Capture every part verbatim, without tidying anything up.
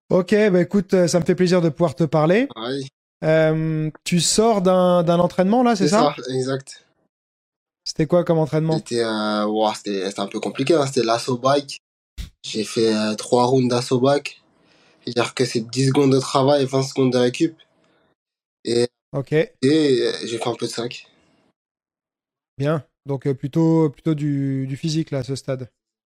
Ok, bah écoute, euh, ça me fait plaisir de pouvoir te parler. Pareil. Euh, tu sors d'un d'un entraînement là, c'est C'est ça, ça? exact. C'était quoi comme entraînement? C'était euh, ouah, c'était c'était un peu compliqué, hein. C'était l'assaut bike. J'ai fait euh, trois rounds d'assaut bike. C'est-à-dire que c'est dix secondes de travail et vingt secondes de récup. Et, Ok, et euh, j'ai fait un peu de sac. bien. Donc euh, plutôt plutôt du, du physique là à ce stade.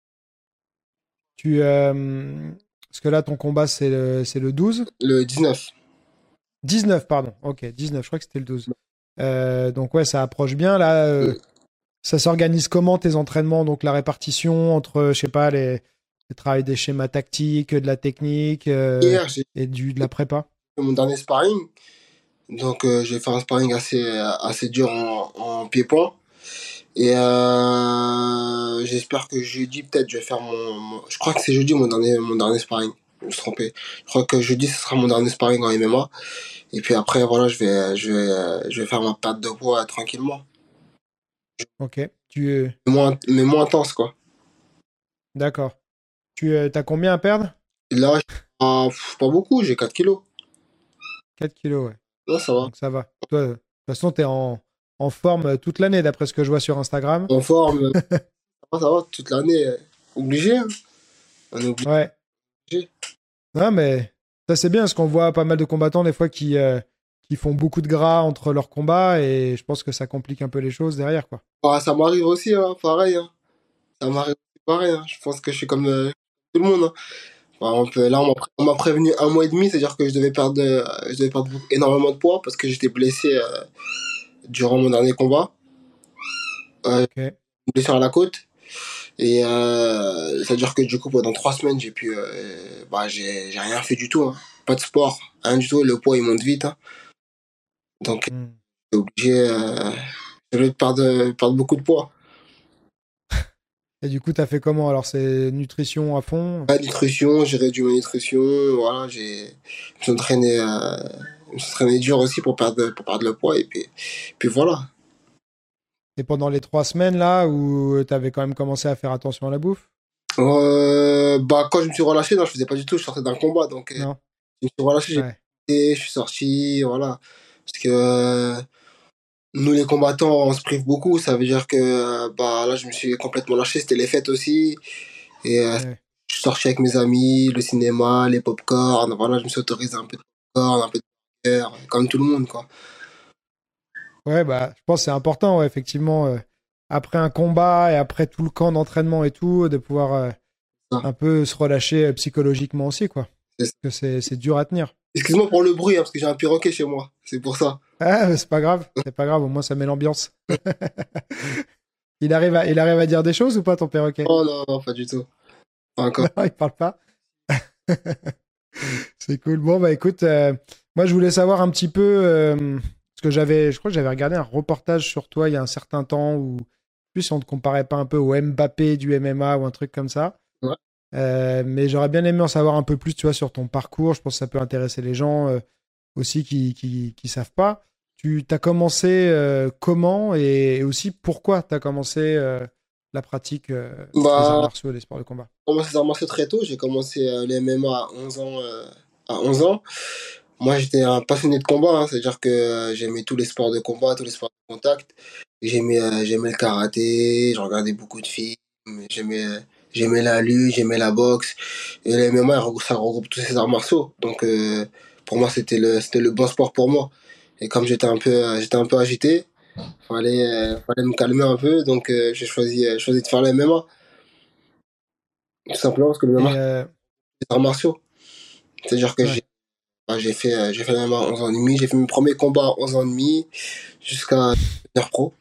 Tu euh, Parce que là ton combat c'est le c'est le douze? Le dix-neuf. dix-neuf, pardon. Ok, dix-neuf. Je crois que c'était le douze. Euh, donc ouais, ça approche bien là. euh, Euh, ça s'organise comment tes entraînements? Donc la répartition entre, je sais pas, les, les travail des schémas tactiques, de la technique euh, Hier, j'ai et du de la prépa. fait mon dernier sparring. Donc euh, j'ai fait un sparring assez, euh, assez dur en, en pied-point. Et euh, j'espère que jeudi, peut-être, je vais faire mon, mon- Je crois que c'est jeudi mon dernier, mon dernier sparring. Je me suis trompé. Je crois que jeudi, ce sera mon dernier sparring en M M A. Et puis après, voilà, je vais, je vais, euh, je vais faire ma perte de poids euh, tranquillement. Ok. Tu euh, Mais moins, mais moins intense, quoi. D'accord. Tu euh, t'as combien à perdre? Et là, je- ah, pff, pas beaucoup, j'ai quatre kilos. Quatre kilos, ouais. Là, ça va. Donc ça va. Toi, euh, de toute façon, t'es en, en forme euh, toute l'année d'après ce que je vois sur Instagram. En forme, ça va, ça va, toute l'année. euh, Obligé, hein. On est Ouais. obligé. Non, mais ça c'est bien parce qu'on voit pas mal de combattants des fois qui, euh, qui font beaucoup de gras entre leurs combats et je pense que ça complique un peu les choses derrière, quoi. Ah, ça m'arrive aussi, hein, pareil, hein. Ça m'arrive aussi pareil, hein. Je pense que je suis comme euh, tout le monde, hein. Par exemple, là, on m'a pré- on m'a prévenu un mois et demi, c'est-à-dire que je devais perdre, euh, je devais perdre beaucoup- énormément de poids parce que j'étais blessé euh, durant mon dernier combat. Euh, Ok. une blessure à la côte. Et euh, c'est-à-dire que du coup, pendant trois semaines, j'ai pu, euh, bah, j'ai, j'ai rien fait du tout, hein. Pas de sport, rien du tout. Le poids, il monte vite, hein. Donc, Hmm. j'étais obligé, euh, j'ai obligé de perdre, perdre beaucoup de poids. Et du coup, t'as fait comment? Alors, c'est nutrition à fond? La nutrition, j'ai réduit ma nutrition, voilà, j'ai, je me suis entraîné, euh, je me suis entraîné dur aussi pour perdre, pour perdre le poids, et puis, puis voilà. Et pendant les trois semaines là où t'avais quand même commencé à faire attention à la bouffe? Euh, bah, quand je me suis relâché, non, je faisais pas du tout, je sortais d'un combat, donc, euh, Non? je me suis relâché, j'ai Ouais. été, je suis sorti, voilà. Parce que, euh, nous, les combattants, on se prive beaucoup, ça veut dire que, euh, bah, là, je me suis complètement lâché, c'était les fêtes aussi, et, euh, Ouais. je suis sorti avec mes amis, le cinéma, les pop-corn, voilà, je me suis autorisé un peu de pop-corn, un peu de burger, comme tout le monde, quoi. Ouais, bah, je pense que c'est important, ouais, effectivement, euh, après un combat et après tout le camp d'entraînement et tout, de pouvoir euh, Ça, un peu se relâcher euh, psychologiquement aussi, quoi. c'est ça. Parce que c'est c'est dur à tenir. Excuse-moi pour le bruit, hein, parce que j'ai un perroquet chez moi, c'est pour ça. Ah, mais c'est pas grave, c'est pas grave, au moins ça met l'ambiance. Il arrive à, il arrive à dire des choses ou pas, ton perroquet? Oh non, non, pas du tout. Pas encore. Non, il parle pas. C'est cool. Bon, bah écoute, euh, moi je voulais savoir un petit peu, euh, parce que j'avais, je crois que j'avais regardé un reportage sur toi il y a un certain temps où, plus si on te comparait pas un peu au Mbappé du M M A ou un truc comme ça. Ouais. Euh, mais j'aurais bien aimé en savoir un peu plus, tu vois, sur ton parcours. Je pense que ça peut intéresser les gens euh, aussi qui, qui, qui savent pas. Tu t'as commencé euh, comment et, et aussi pourquoi tu as commencé euh, la pratique euh, des arts Bah, martiaux et des sports de combat. j'ai commencé à commencer très tôt, j'ai commencé euh, les M M A à onze ans. euh, à onze ans. Moi, j'étais un passionné de combat, hein, c'est-à-dire que euh, j'aimais tous les sports de combat, tous les sports de contact. J'aimais euh, j'aimais le karaté, je regardais beaucoup de films, j'aimais euh, j'aimais la lutte, j'aimais la boxe. Et le M M A, ça regroupe tous ces arts martiaux. Donc, euh, pour moi, c'était le, c'était le bon sport pour moi. Et comme j'étais un peu, euh, j'étais un peu agité, fallait, euh, fallait me calmer un peu, donc euh, j'ai choisi, euh, choisi de faire le M M A. Tout simplement parce que le M M A, Et euh, c'est des arts martiaux. C'est-à-dire que j'ai ouais. bah, j'ai fait, euh, j'ai fait le M M A à onze ans et demi, j'ai fait mes premiers combats à onze ans et demi, jusqu'à devenir pro.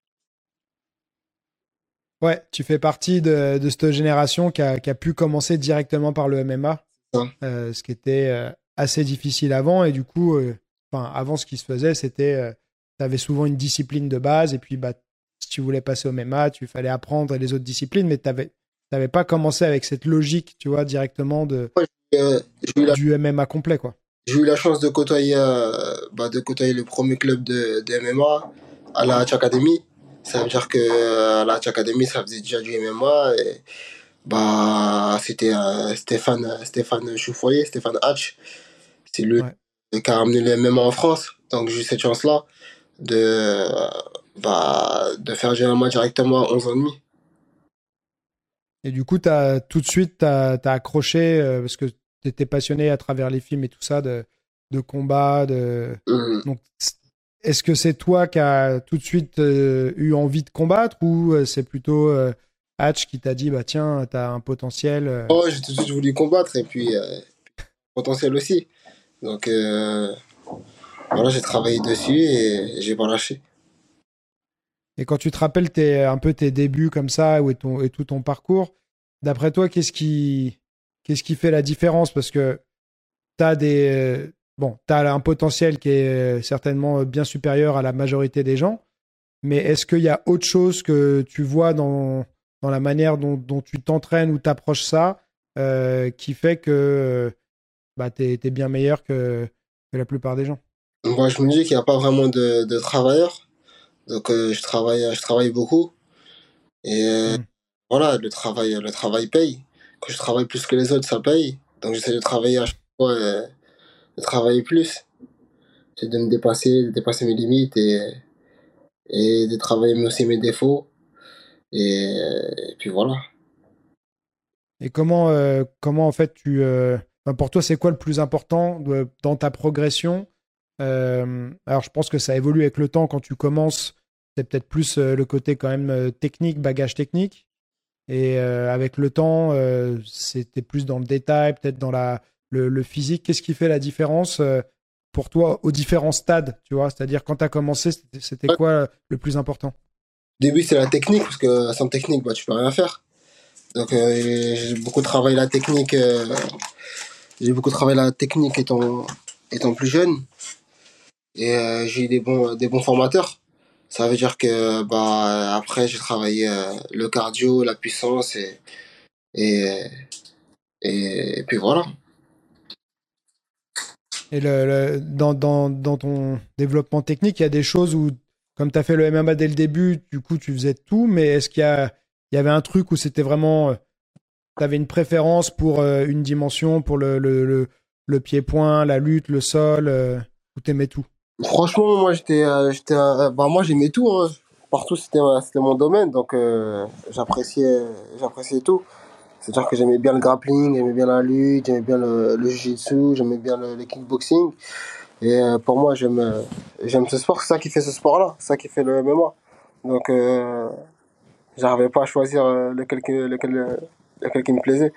Ouais, tu fais partie de, de cette génération qui a, qui a pu commencer directement par le M M A, Hein. euh, ce qui était euh, assez difficile avant. Et du coup, euh, enfin, avant, ce qui se faisait, c'était, tu avais souvent une discipline de base. Et puis, bah, si tu voulais passer au M M A, tu fallait apprendre les autres disciplines, mais tu n'avais pas commencé avec cette logique, tu vois, directement de, Moi, j'ai euh, j'ai eu la, du M M A complet, quoi. j'ai eu la chance de côtoyer, euh, bah, de côtoyer le premier club de, de M M A à la Hatch Academy. Ça veut dire que euh, à la Hatch Academy, ça faisait déjà du M M A. Bah, c'était euh, Stéphane, euh, Stéphane Chouffoyer, Stéphane Hatch. C'est lui Ouais. qui a ramené le M M A en France. Donc j'ai eu cette chance-là de, euh, bah, de faire G M A directement à onze ans et demi. Et du coup, t'as, tout de suite, tu as accroché euh, parce que tu étais passionné à travers les films et tout ça de, de combat. De... Hum. Donc, c- est-ce que c'est toi qui as tout de suite euh, eu envie de combattre ou euh, c'est plutôt euh, Hatch qui t'a dit, bah tiens, tu as un potentiel euh, Oh, j'ai tout de suite voulu combattre et puis euh, potentiel aussi. Donc euh, voilà, j'ai travaillé dessus et j'ai pas lâché. Et quand tu te rappelles tes, un peu tes débuts comme ça ou et, ton, et tout ton parcours, d'après toi, qu'est-ce qui, qu'est-ce qui fait la différence? Parce que tu as des, euh, bon, t'as un potentiel qui est euh, certainement bien supérieur à la majorité des gens, mais est-ce qu'il y a autre chose que tu vois dans, dans la manière dont, dont tu t'entraînes ou t'approches ça euh, qui fait que euh, bah, tu es bien meilleur que, que la plupart des gens? Moi, je me dis qu'il n'y a pas vraiment de, de travailleurs. Donc euh, je travaille, je travaille beaucoup. Et euh, Hmm. voilà, le travail, le travail paye. Quand je travaille plus que les autres, ça paye. Donc j'essaie de travailler à chaque fois, euh, de travailler plus. C'est de me dépasser, de dépasser mes limites et, et de travailler aussi mes défauts. Et, et puis voilà. Et comment, euh, comment en fait tu... euh, enfin, pour toi, c'est quoi le plus important de- dans ta progression? Euh, alors, je pense que ça évolue avec le temps. Quand tu commences, c'est peut-être plus euh, le côté quand même euh, technique, bagage technique. Et euh, avec le temps, euh, c'était plus dans le détail, peut-être dans la, le, le physique. Qu'est-ce qui fait la différence euh, pour toi aux différents stades, tu vois? C'est-à-dire quand tu as commencé, c'était c'était Au quoi le plus important? début, c'est la technique, parce que sans technique, bah, tu peux rien faire. Donc euh, j'ai j'ai beaucoup travaillé la technique. euh, j'ai beaucoup travaillé la technique étant, étant plus jeune. Et euh, j'ai eu des bons, des bons formateurs. Ça veut dire que bah après j'ai travaillé euh, le cardio, la puissance et et, et, et puis voilà. Et le, le- dans, dans, dans ton développement technique, il y a des choses où, comme tu as fait le M M A dès le début, du coup, tu faisais tout, mais est-ce qu'il y a, il y avait un truc où c'était vraiment, tu avais une préférence pour euh, une dimension, pour le, le, le, le pied-point, la lutte, le sol, euh, où t'aimais tout? Franchement, moi j'étais euh, j'étais euh, bah moi j'aimais tout hein. Partout c'était euh, c'était mon domaine donc euh, j'appréciais j'appréciais tout. C'est-à-dire que j'aimais bien le grappling, j'aimais bien la lutte, j'aimais bien le, le jiu-jitsu, j'aimais bien le, le kickboxing. Et euh, pour moi, j'aime euh, j'aime ce sport, c'est ça qui fait ce sport-là, c'est ça qui fait le M M A. Donc, euh, j'arrivais pas à choisir euh, lequel, qui- lequel, euh, lequel qui me plaisait.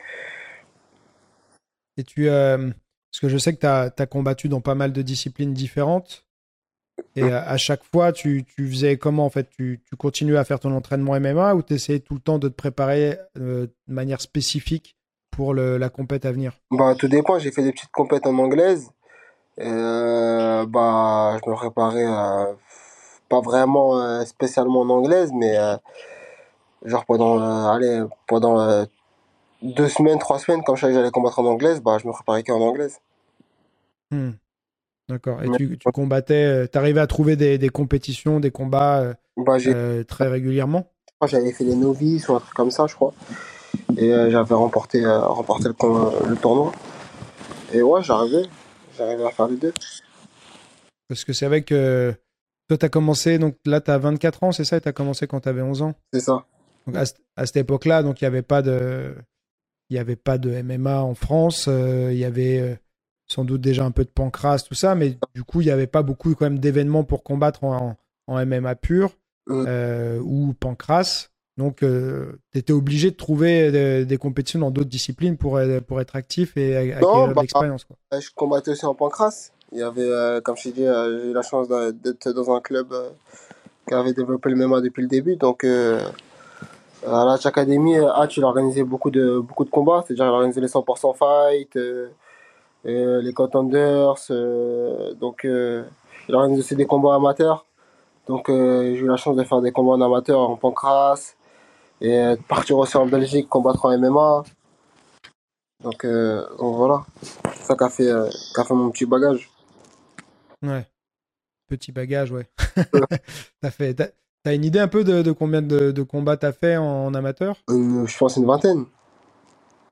Et tu, euh, parce que je sais que tu as combattu dans pas mal de disciplines différentes. Et à, à chaque fois, tu, tu faisais comment en fait? Tu, tu continuais à faire ton entraînement M M A ou tu essayais tout le temps de te préparer euh, de manière spécifique pour le, la compète à venir? Bah, tout dépend, j'ai fait des petites compètes en anglaise. Euh, bah, je me préparais euh, pas vraiment euh, spécialement en anglaise, mais euh, genre pendant, euh, allez, pendant euh, deux semaines, trois semaines, comme je savais que j'allais combattre en anglaise, bah, je me préparais qu'en anglaise. Hmm, d'accord. Et tu, tu combattais, tu arrivais à trouver des, des compétitions, des combats euh, Bah, j'ai, euh, très régulièrement? j'avais fait les novices ou un truc comme ça, je crois. Et euh, j'avais remporté, euh, remporté le, con- le tournoi. Et ouais, j'arrivais. J'arrivais à faire les deux. Parce que c'est vrai que toi, tu as commencé, donc là, tu as vingt-quatre ans, c'est ça? Et tu as commencé quand tu avais onze ans. C'est ça. Donc à, c- à cette époque-là, donc il n'y avait pas de, il y avait pas de M M A en France. euh, Il y avait euh, sans doute déjà un peu de pancrace, tout ça, mais du coup, il n'y avait pas beaucoup quand même d'événements pour combattre en, en M M A pur Mm. euh, ou pancrace. Donc, tu étais obligé de trouver des, des compétitions dans d'autres disciplines pour, euh, pour être actif et a- Non, acquérir de bah, l'expérience, quoi. je combattais aussi en pancrace. Il y avait, euh, comme je t'ai dit, euh, j'ai eu la chance d'a- d'être dans un club euh, qui avait développé le M M A depuis le début. Donc, euh, à la Academy, euh, Hatch, il organisait beaucoup de, beaucoup de combats. C'est-à-dire, il organisait les cent pour cent fight, euh, euh, les contenders. euh, donc, euh, il organisait aussi des combats amateurs. Donc, euh, j'ai eu la chance de faire des combats en amateur en pancrace. Et euh, de partir aussi en Belgique combattre en M M A. Donc, euh, donc voilà, c'est ça qu'a fait, euh, qu'a fait mon petit bagage. Ouais, petit bagage, ouais. T'as fait, t'as, t'as une idée un peu de, de combien de, de combats t'as fait en, en amateur? Une- je pense une vingtaine.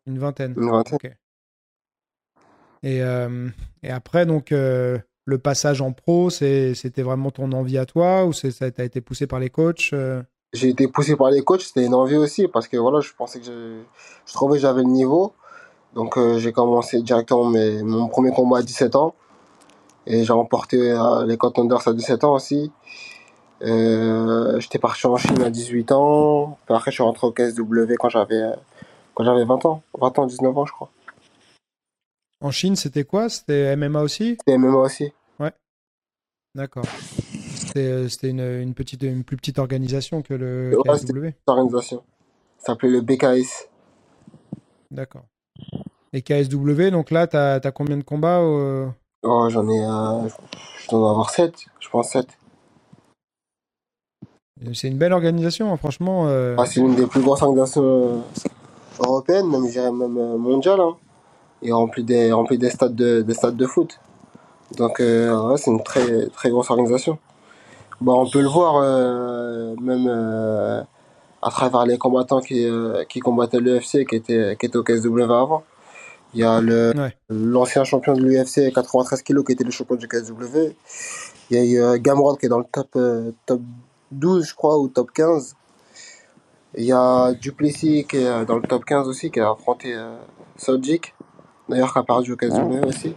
Une vingtaine. une vingtaine. Ok. Et, euh, et après, donc, euh, le passage en pro, c'est, c'était vraiment ton envie à toi ou c'est, ça a été poussé par les coachs euh J'ai été poussé par les coachs, c'était une envie aussi, parce que voilà, je pensais que je, je trouvais que j'avais le niveau. Donc euh, j'ai commencé directement mes, mon premier combat à dix-sept ans. Et j'ai remporté euh, les Contenders à dix-sept ans aussi. Euh, j'étais parti en Chine à dix-huit ans. Puis après, je suis rentré au K S W quand j'avais euh, quand j'avais vingt ans. vingt ans, dix-neuf ans, je crois. En Chine, c'était quoi? C'était M M A aussi? C'était M M A aussi. Ouais, d'accord. C'était, euh, c'était une, une petite, une plus petite organisation que le Ouais, c'était K S W. une organisation. Ça s'appelait le B K S. D'accord. Et K S W, donc là, t'as, t'as combien de combats euh Oh, j'en ai, euh, je dois en avoir sept, je pense sept. C'est une belle organisation, hein, franchement. euh, Ah, c'est l'une des plus grosses organisations euh, européennes, même, je dirais même euh, mondiales. Hein. Il remplit des, remplit des stades de, des stades de foot. Donc, euh, ouais, c'est une très, très grosse organisation. Bah, on peut le voir euh, même euh, à travers les combattants qui, euh, qui combattaient l'U F C, qui étaient, qui étaient au K S W avant. Il y a le, Ouais. l'ancien champion de l'U F C quatre-vingt-treize kilos qui était le champion du K S W. Il y a eu euh, Gamrot qui est dans le top, euh, top douze, je crois, ou top quinze. Il y a Duplessis qui est euh, dans le top quinze aussi, qui a affronté euh, Sodjik, d'ailleurs qui a perdu au K S W aussi.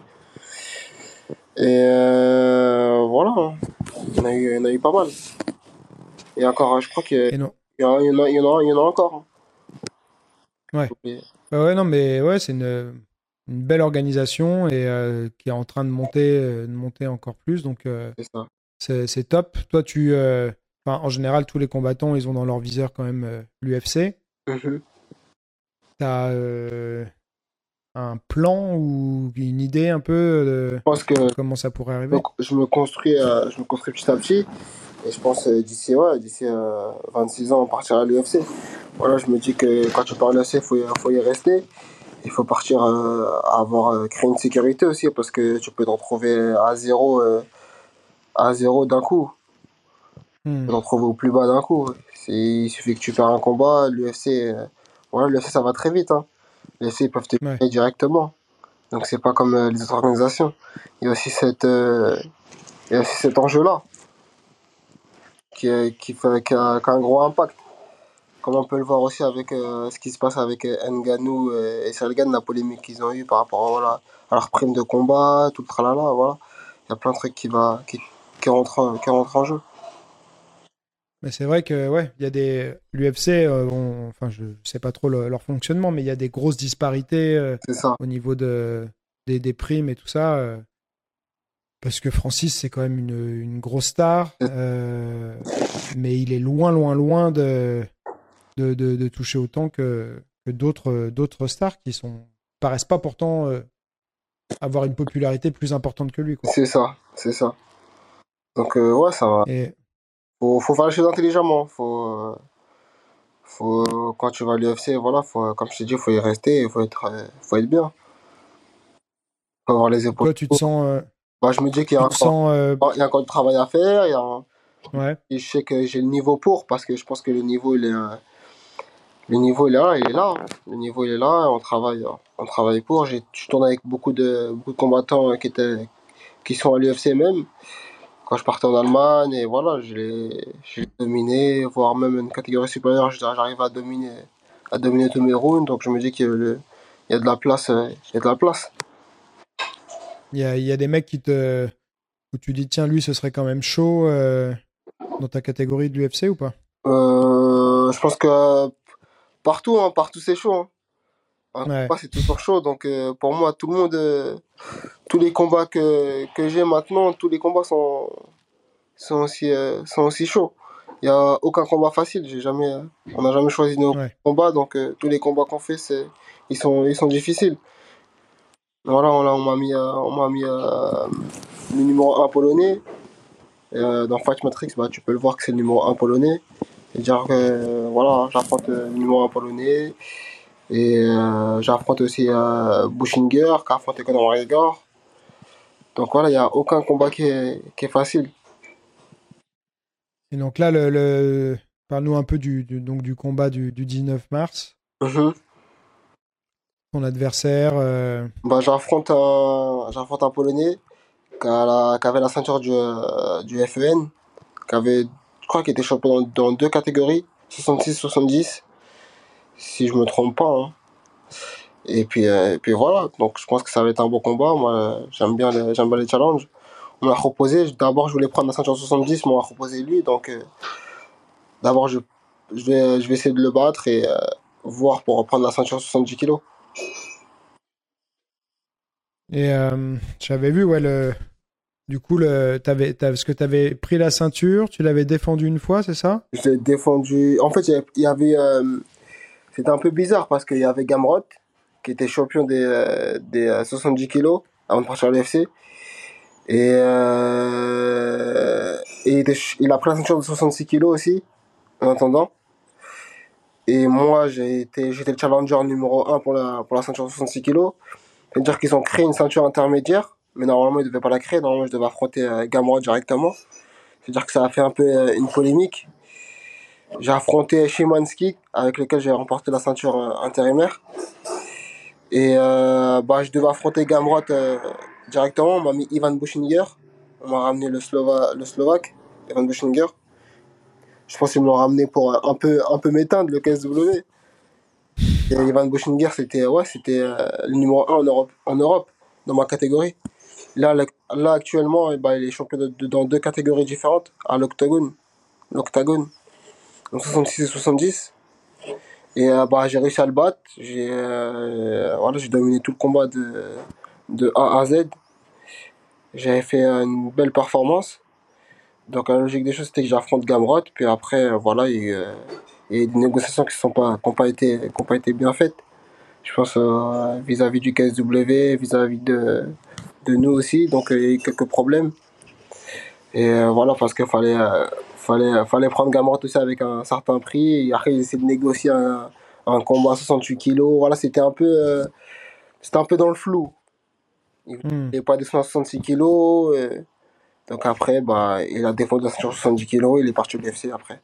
Et euh, voilà, hein. il y en a eu, il y en a eu pas mal. Et encore, euh, je crois qu'il Et non. y, en a, il y en a, il y en a, il y en a encore. Hein. Ouais. Bah ouais, non, mais ouais, c'est une, une belle organisation et euh, qui est en train de monter, euh, de monter encore plus. Donc, euh, C'est ça. c'est, c'est top. Toi, tu. euh, Enfin, en général, tous les combattants, ils ont dans leur viseur quand même euh, l'U F C. Mhm. T'as euh, un plan ou une idée un peu Je de, pense que de comment ça pourrait je me, arriver? je me construis, euh, je me construis petit à petit. Et je pense euh, d'ici ouais, d'ici euh, vingt-six ans, on partira à l'U F C. Voilà, je me dis que quand tu pars à l'U F C, il faut, y- faut y rester. Il faut partir euh, avoir euh, créer une sécurité aussi parce que tu peux t'en trouver à zéro, euh, à zéro d'un coup. Tu Hmm. peux t'en trouver au plus bas d'un coup. C'est- Il suffit que tu perds un combat, l'U F C, euh, voilà, l'U F C ça va très vite. Hein. L'U F C ils peuvent te Ouais. payer directement. Donc c'est pas comme euh, les autres organisations. Il y a aussi cette, euh, il y a aussi cet enjeu-là qui, est- qui, fait, qui, a, qui a un gros impact. Comme on peut le voir aussi avec euh, ce qui se passe avec euh, Ngannou et, et Sergan, la polémique qu'ils ont eue par rapport voilà, à leur prime de combat, tout le tralala, voilà. Il y a plein de trucs qui, va, qui, qui, rentrent, en- qui rentrent en jeu. Mais c'est vrai que ouais, il y a des l'U F C, euh, on- enfin je sais pas trop le- leur fonctionnement, mais il y a des grosses disparités euh, C'est ça. au niveau de des, des primes et tout ça. euh, parce que Francis c'est quand même une, une grosse star, C'est euh, mais il est loin, loin, loin de de, de, de toucher autant que que d'autres d'autres stars qui sont paraissent pas pourtant euh, avoir une popularité plus importante que lui quoi. c'est ça. C'est ça. Donc, euh, ouais, ça va. Et Faut, faut faire les choses intelligemment. Faut, euh, faut, quand tu vas à l'U F C, voilà, faut, comme je t'ai dit, faut y rester, il faut être, euh, faut être bien. Faut avoir les épaules. toi tu te sens euh, Bah, je me dis qu'il y a tu te encore, sens euh, il y a encore du travail à faire. Il y a un- ouais. et je sais que j'ai le niveau pour, parce que je pense que le niveau, il est, euh, le niveau, il est là, il est là. Hein. Le niveau, il est là, on travaille, on travaille pour. J'ai, je tourne avec beaucoup de, beaucoup de combattants euh, qui étaient, qui sont à l'U F C même. Quand je partais en Allemagne, et voilà, je l'ai, je l'ai dominé, voire même une catégorie supérieure, je dirais, j'arrive à dominer, à dominer tous mes rounds. Donc je me dis qu'il y a, le- il y a de la place, euh, il y a de la place. Il y a, il y a des mecs qui te où tu dis tiens lui ce serait quand même chaud euh, dans ta catégorie de l'U F C ou pas? Euh, je pense que partout, hein, partout c'est chaud. Hein. Un Ouais, combat, c'est toujours chaud. Donc euh, pour moi, tout le monde, euh, tous les combats que, que j'ai maintenant, tous les combats sont, sont aussi, euh, sont aussi chauds. Il n'y a aucun combat facile. J'ai jamais, euh, on n'a jamais choisi nos ouais. combats, donc euh, tous les combats qu'on fait, c'est, ils sont, ils sont difficiles. Voilà, on, l'a- on m'a mis, euh, on m'a mis euh, le numéro un polonais. Euh, dans Fight Matrix, bah, tu peux le voir que c'est le numéro un polonais. Et dire que euh, voilà, j'affronte euh, le numéro un polonais. Et euh, j'affronte aussi euh, Bushinger, qui a affronté Conor McGregor. Donc voilà, il n'y a aucun combat qui est, qui est facile. Et donc là le, le... parle-nous un peu du, du- donc du combat du, du dix-neuf mars. Mhm. ton adversaire? euh, Bah, j'affronte un, j'affronte un Polonais qui, a la- qui avait la ceinture du, euh, du F E N, qui avait, je crois qu'il était champion dans, dans deux catégories, soixante-six soixante-dix, si je me trompe pas, hein. Et puis, euh, et puis voilà, donc je pense que ça va être un bon combat. Moi, euh, j'aime bien les, j'aime bien les challenges. On m'a proposé, d'abord je voulais prendre la ceinture soixante-dix, mais on m'a proposé lui, donc euh, d'abord je, je vais, je vais essayer de le battre et euh, voir pour reprendre la ceinture soixante-dix kilos. Et euh, j'avais vu, ouais, le, du coup, le, t'avais, t'avais, parce que tu avais pris la ceinture, tu l'avais défendue une fois, c'est ça? Je l'ai défendu. En fait, il y avait, il y avait, euh, c'était un peu bizarre parce qu'il y avait Gamrot qui était champion des, euh, des euh, soixante-dix kilos avant de partir à l'U F C. Et, euh, et il, était ch- il a pris la ceinture de soixante-six kilos aussi, en attendant. Et moi, j'ai été, j'étais le challenger numéro un pour la, pour la ceinture de soixante-six kilos. C'est-à-dire qu'ils ont créé une ceinture intermédiaire, mais normalement, ils ne devaient pas la créer. Normalement, je devais affronter euh, Gamrot directement. C'est-à-dire que ça a fait un peu euh, une polémique. J'ai affronté Szymanski, avec lequel j'ai remporté la ceinture euh, intérimaire. Et euh, bah, je devais affronter Gamrot euh, directement. On m'a mis Ivan Bushinger. On m'a ramené le, Slova, le Slovaque, Ivan Bushinger. Je pense qu'ils me l'ont ramené pour euh, un peu, un peu m'éteindre, le K S W. Et Ivan Bushinger, c'était ouais, c'était euh, le numéro un en Europe, en Europe, dans ma catégorie. Là, là, là, actuellement, eh ben, il est champion de- de- dans deux catégories différentes, à l'octogone. L'octagone, en soixante-six et soixante-dix. Et euh, bah, j'ai réussi à le battre. J'ai euh, voilà, j'ai dominé tout le combat de, de A à Z. J'avais fait une belle performance. Donc la logique des choses, c'était que j'affronte Gamrot. Puis après, euh, voilà, il y a eu, euh, il y a eu des négociations qui n'ont pas, qui ont pas été, qui ont pas été bien faites. Je pense euh, vis-à-vis du K S W, vis-à-vis de, de nous aussi. Donc euh, il y a eu quelques problèmes. Et euh, voilà, parce qu'il fallait, euh, fallait, fallait prendre Gamrot aussi avec un certain prix. Et après, ils essaient de négocier un, un combat à soixante-huit kilos. Voilà, c'était un peu, euh, c'était un peu dans le flou. Il Hmm, n'est pas descendu à soixante-six kilos. euh, donc après, bah, il a défendu la ceinture soixante-dix kilos. Il est parti au U F C après.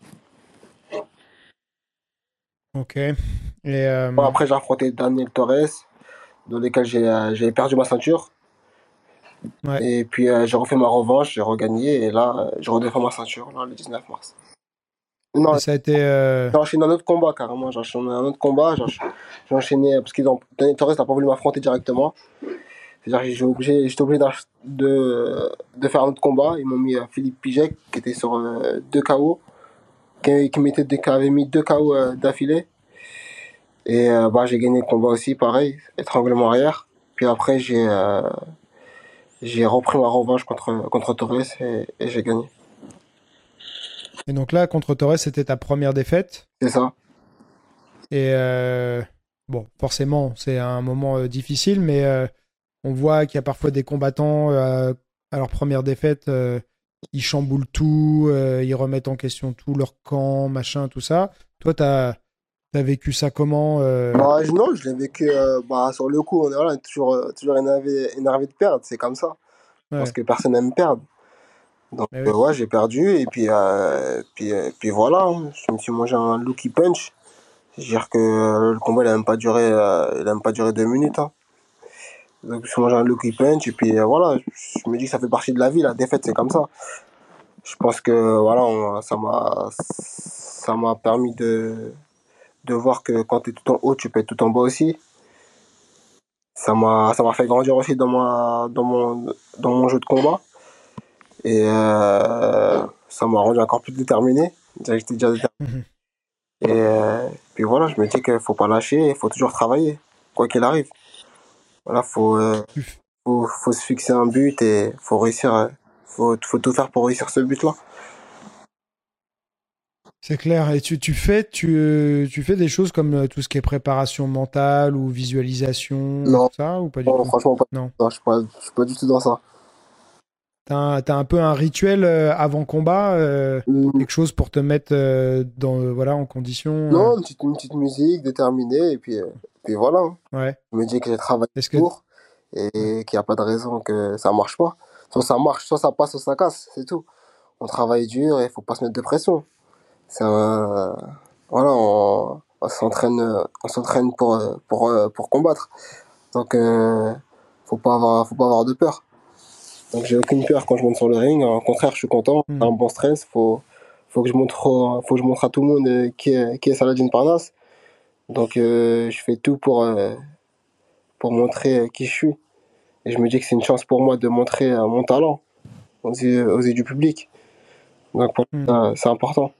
ok. Et Bon, euh, après, j'ai affronté Daniel Torres, dans lequel j'ai euh, j'ai perdu ma ceinture. ouais. Et puis, euh, j'ai refait ma revanche, j'ai regagné. Et là, euh, je redéfends ma ceinture, là, le dix-neuf mars. Et Non, ça a été. euh, j'ai enchaîné un autre combat carrément. J'ai enchaîné un autre combat. J'ai encha- j'ai enchaîné parce qu'ils ont. Daniel Torres n'a pas voulu m'affronter directement. C'est-à-dire que j'ai obligé, j'étais obligé d'ach- de, de faire un autre combat. Ils m'ont mis euh, Philippe Pijek qui était sur euh, deux K O, qui, qui, mettait des- qui avait mis deux K O euh, d'affilée. Et euh, bah, j'ai gagné le combat aussi, pareil, étranglement arrière. Puis après, j'ai euh, j'ai repris ma revanche contre, contre Torres et, et j'ai gagné. Et donc là, contre Torres, c'était ta première défaite. C'est ça. Et euh, bon, forcément, c'est un moment euh, difficile, mais euh, on voit qu'il y a parfois des combattants euh, à leur première défaite, euh, ils chamboulent tout, euh, ils remettent en question tout leur camp, machin, tout ça. Toi, t'as as vécu ça comment euh, Bah, je- non, je l'ai vécu euh, bah, sur le coup. On est, voilà, toujours, euh, toujours énervé, énervé de perdre, c'est comme ça. Parce Ouais, que personne n'aime perdre. Donc, mais euh, oui. ouais, j'ai perdu. Et puis, euh, puis, euh, puis voilà, hein. Je me suis mangé un Lucky Punch. C'est-à-dire que euh, le combat, il a même pas duré, euh, il a même pas duré deux minutes, hein. Donc, je me suis mangé un Lucky Punch. Et puis, euh, voilà, je me dis que ça fait partie de la vie. La défaite, c'est comme ça. Je pense que voilà, on- ça m'a ça m'a permis de, de voir que quand tu es tout en haut, tu peux être tout en bas aussi. Ça m'a ça m'a fait grandir aussi dans ma dans mon dans mon jeu de combat et euh, ça m'a rendu encore plus déterminé. Déjà, j'étais déjà déterminé. Mhm. Et euh, puis voilà, je me dis qu'il faut pas lâcher, il faut toujours travailler quoi qu'il arrive. Voilà, faut, euh, Tu f- faut faut se fixer un but et faut réussir euh, faut faut tout faire pour réussir ce but-là. C'est clair. Et tu, tu fais, tu, euh, tu fais des choses comme euh, tout ce qui est préparation mentale ou visualisation, Non, tout ça, ou pas du non, tout? franchement pas. Non. Non, je suis pas je suis pas du tout dans ça. T'as un, t'as un peu un rituel euh, avant combat, euh, Hum, quelque chose pour te mettre euh, dans, euh, voilà, en condition. euh, Non, une petite, une petite musique déterminée, et puis, euh, puis voilà, hein. Ouais. Je me dis que j'ai travaillé Est-ce que. pour Ouais. et qu'il n'y a pas de raison que ça marche pas. Soit ça marche, soit ça passe, soit ça casse, c'est tout. On travaille dur et il faut pas se mettre de pression. C'est un... Voilà, on... on s'entraîne, euh, on s'entraîne pour, euh, pour, euh, pour combattre. Donc, euh, faut pas avoir, faut pas avoir de peur. Donc, j'ai aucune peur quand je monte sur le ring. Au contraire, je suis content. C'est Hmm. un bon stress. Faut, faut que je montre, au- faut que je montre à tout le monde euh, qui est, qui est Saladin Parnasse. Donc, euh, je fais tout pour, euh, pour montrer euh, qui je suis. Et je me dis que c'est une chance pour moi de montrer euh, mon talent aux yeux, aux yeux du public. Donc, pour Hmm. moi, c'est important.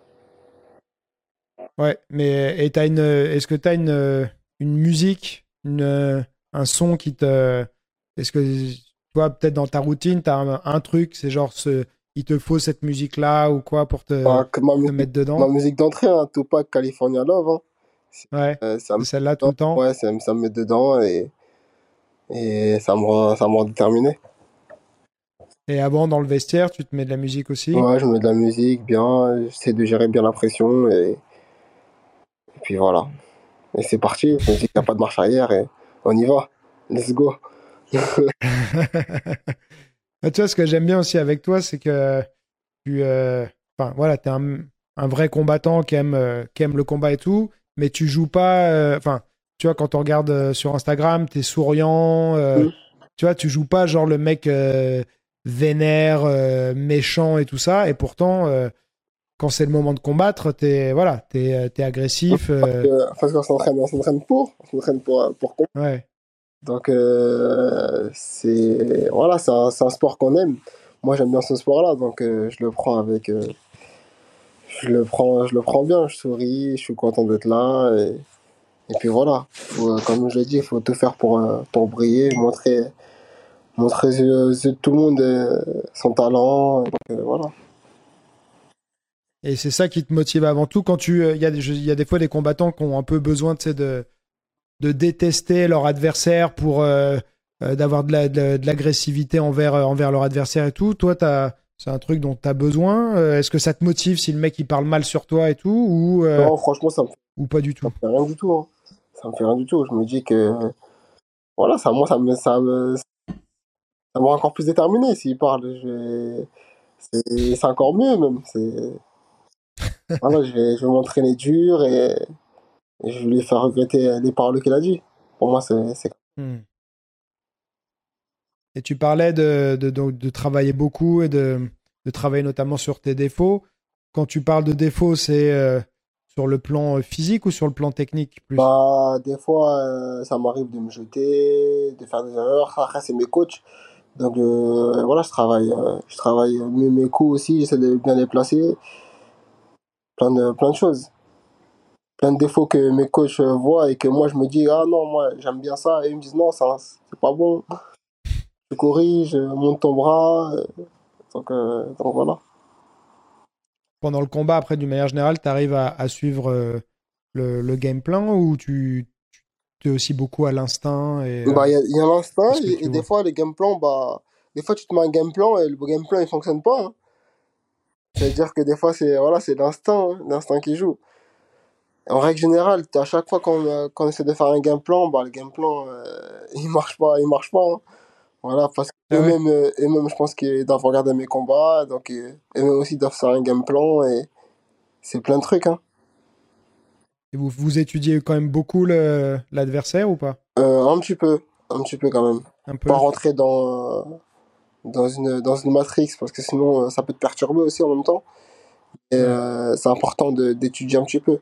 Ouais, mais et t'as une, est-ce que tu as une, euh, une musique, une, euh, un son qui te. Est-ce que, toi, peut-être dans ta routine, tu as un, un truc, c'est genre, ce, il te faut cette musique-là ou quoi pour te, Bah, que ma te musique, mettre ma dedans? musique d'entrée, hein, Tupac, California Love, hein. Ouais, Euh, ça me, c'est celle-là tout le temps. ouais, ça, me- ça me met dedans et, et ça me rend, ça me rend déterminé. Et avant, dans le vestiaire, tu te mets de la musique aussi. Ouais, je mets de la musique bien, j'essaie de gérer bien la pression et, et puis voilà. Et c'est parti, je me dis qu'il n'y a pas de marche arrière et on y va. Let's go. Mais tu vois, ce que j'aime bien aussi avec toi, c'est que tu, euh, enfin, voilà, t'es un, un vrai combattant qui aime, euh, qui aime le combat et tout, mais tu joues pas, euh, enfin, tu vois, quand on regarde euh, sur Instagram, t'es souriant, euh, Mm. tu vois, tu joues pas genre le mec euh, vénère, euh, méchant et tout ça, et pourtant, euh, quand c'est le moment de combattre, t'es, voilà, t'es, euh, t'es agressif, euh, Euh, parce qu'on s'entraîne, on s'entraîne pour, on s'entraîne pour, pour combattre. ouais. Donc, euh, c'est voilà, c'est un, c'est un sport qu'on aime. Moi, j'aime bien ce sport-là, donc euh, je le prends avec, euh, je le prends, je le prends bien. Je souris, je suis content d'être là, et, et puis voilà. Faut, euh, comme je l'ai dit, il faut tout faire pour, euh, pour briller, montrer, montrer aux yeux aux yeux de tout le monde euh, son talent. Donc, euh, voilà. Et c'est ça qui te motive avant tout quand tu, euh, il y a des, il y a des fois des combattants qui ont un peu besoin, tu sais, de de détester leur adversaire pour euh, euh, d'avoir de la- de, de l'agressivité envers, euh, envers leur adversaire et tout. Toi, t'as, c'est un truc dont tu as besoin. Euh, Est-ce que ça te motive si le mec il parle mal sur toi et tout ou, euh, Non, franchement, ça me, ou pas du ça tout? me fait rien du tout, hein. Ça me fait rien du tout. Je me dis que voilà, ça, moi, ça me, ça me, ça me rend encore plus déterminé. S'il parle, je vais- c'est c'est encore mieux même. C'est voilà, je vais, je vais m'entraîner dur et, et je vais lui faire regretter les paroles qu'il a dit. Pour moi, c'est c'est Hmm. Et tu parlais de, de, de, de travailler beaucoup et de, de travailler notamment sur tes défauts. Quand tu parles de défauts, c'est euh, sur le plan physique ou sur le plan technique plus? bah des fois euh, ça m'arrive de me jeter, de faire des erreurs. Après, c'est mes coachs. Donc euh, voilà, je travaille, euh, je travaille mes, mes coups aussi. J'essaie de bien les placer. Plein de plein de choses. Plein de défauts que mes coachs euh, voient et que moi je me dis ah non moi j'aime bien ça et ils me disent non ça c'est pas bon, tu corriges, euh, monte ton bras, euh, donc, euh, donc voilà. Pendant le combat, après, d'une manière générale, tu arrives à, à suivre euh, le, le game plan ou tu, tu es aussi beaucoup à l'instinct et Bah euh, il y a, y a c'est l'instinct ce que et, tu et des vois? fois les game plans, bah des fois tu te mets un game plan et le game plan il fonctionne pas, hein. C'est à dire que des fois c'est voilà, c'est l'instinct, hein, l'instinct qui joue. En règle générale à chaque fois qu'on euh, qu'on essaie de faire un game plan, bah le game plan euh, il marche pas, il marche pas, hein. Voilà, parce Ah ouais? qu'eux-mêmes, euh, eux-mêmes, je pense qu'ils doivent regarder mes combats, donc euh, eux-mêmes aussi doivent faire un game plan et c'est plein de trucs, hein. Et vous, vous étudiez quand même beaucoup le- l'adversaire ou pas? Euh, un petit peu, un petit peu quand même. Un Pas peu? rentrer dans, euh, dans une, dans une matrix, parce que sinon euh, ça peut te perturber aussi en même temps. Et Ouais. euh, c'est important de- d'étudier un petit peu.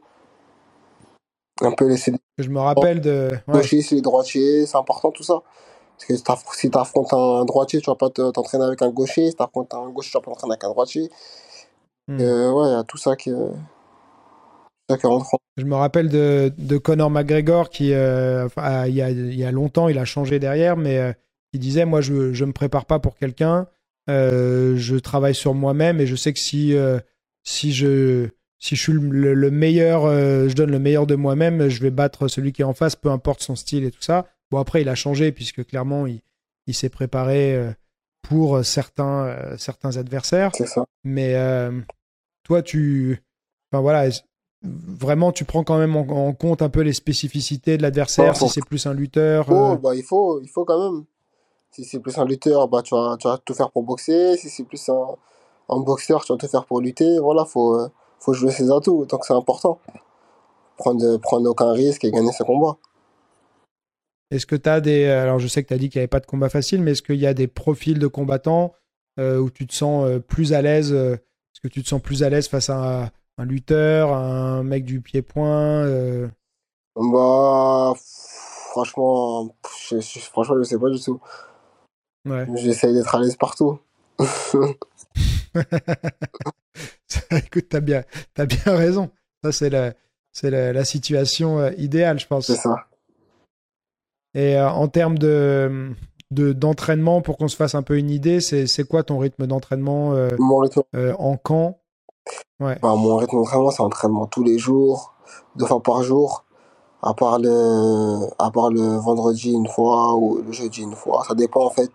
Un peu laisser les Je me rappelle de. Ouais. gauchers, les droitiers, c'est important tout ça. Parce que si t'aff- si t'affrontes un droitier, tu vas pas te- t'entraîner avec un gaucher. Si t'affrontes un gaucher, tu vas pas t'entraîner avec un droitier. Hmm. Euh, ouais, il y a tout ça qui, euh, tout ça qui rentre en. Je me rappelle de, de Conor McGregor qui, euh, enfin, ah, il y a, il y a longtemps, il a changé derrière, mais euh, il disait, moi, je je me prépare pas pour quelqu'un, euh, je travaille sur moi-même et je sais que si, euh, si, je, si je suis le, le meilleur, euh, je donne le meilleur de moi-même, je vais battre celui qui est en face, peu importe son style et tout ça. Bon, après, il a changé puisque clairement, il, il s'est préparé euh, pour certains, euh, certains adversaires. C'est ça. Mais euh, toi, tu... Enfin voilà, est-ce- vraiment, tu prends quand même en, en compte un peu les spécificités de Non, l'adversaire, si faut, c'est plus un lutteur. euh, faut, bah, il faut, il faut quand même. Si c'est plus un lutteur, bah, tu vas, tu vas tout faire pour boxer. Si c'est plus un, un boxeur, tu vas tout faire pour lutter. Voilà, faut, euh, faut jouer ses atouts. Donc c'est important. prendre, prendre aucun risque et gagner ce combat. Est-ce que tu as des. Alors, je sais que tu as dit qu'il n'y avait pas de combat facile, mais est-ce qu'il y a des profils de combattants euh, où tu te sens euh, plus à l'aise euh, Est-ce que tu te sens plus à l'aise face à un, un lutteur, un mec du pied-point euh, Bah, franchement, je, je- franchement, je sais pas du tout. Ouais. J'essaye d'être à l'aise partout. Écoute, tu as bien, t'as bien raison. Ça, c'est la, c'est la, la situation euh, idéale, je C'est pense. ça. Et euh, en termes de, de, d'entraînement, pour qu'on se fasse un peu une idée, c'est, c'est quoi ton rythme d'entraînement euh, Mon rythme, euh, en camp? Ouais. bah, mon rythme d'entraînement, c'est entraînement tous les jours, deux fois par jour, à part le, à part le vendredi une fois ou le jeudi une fois. Ça dépend en fait.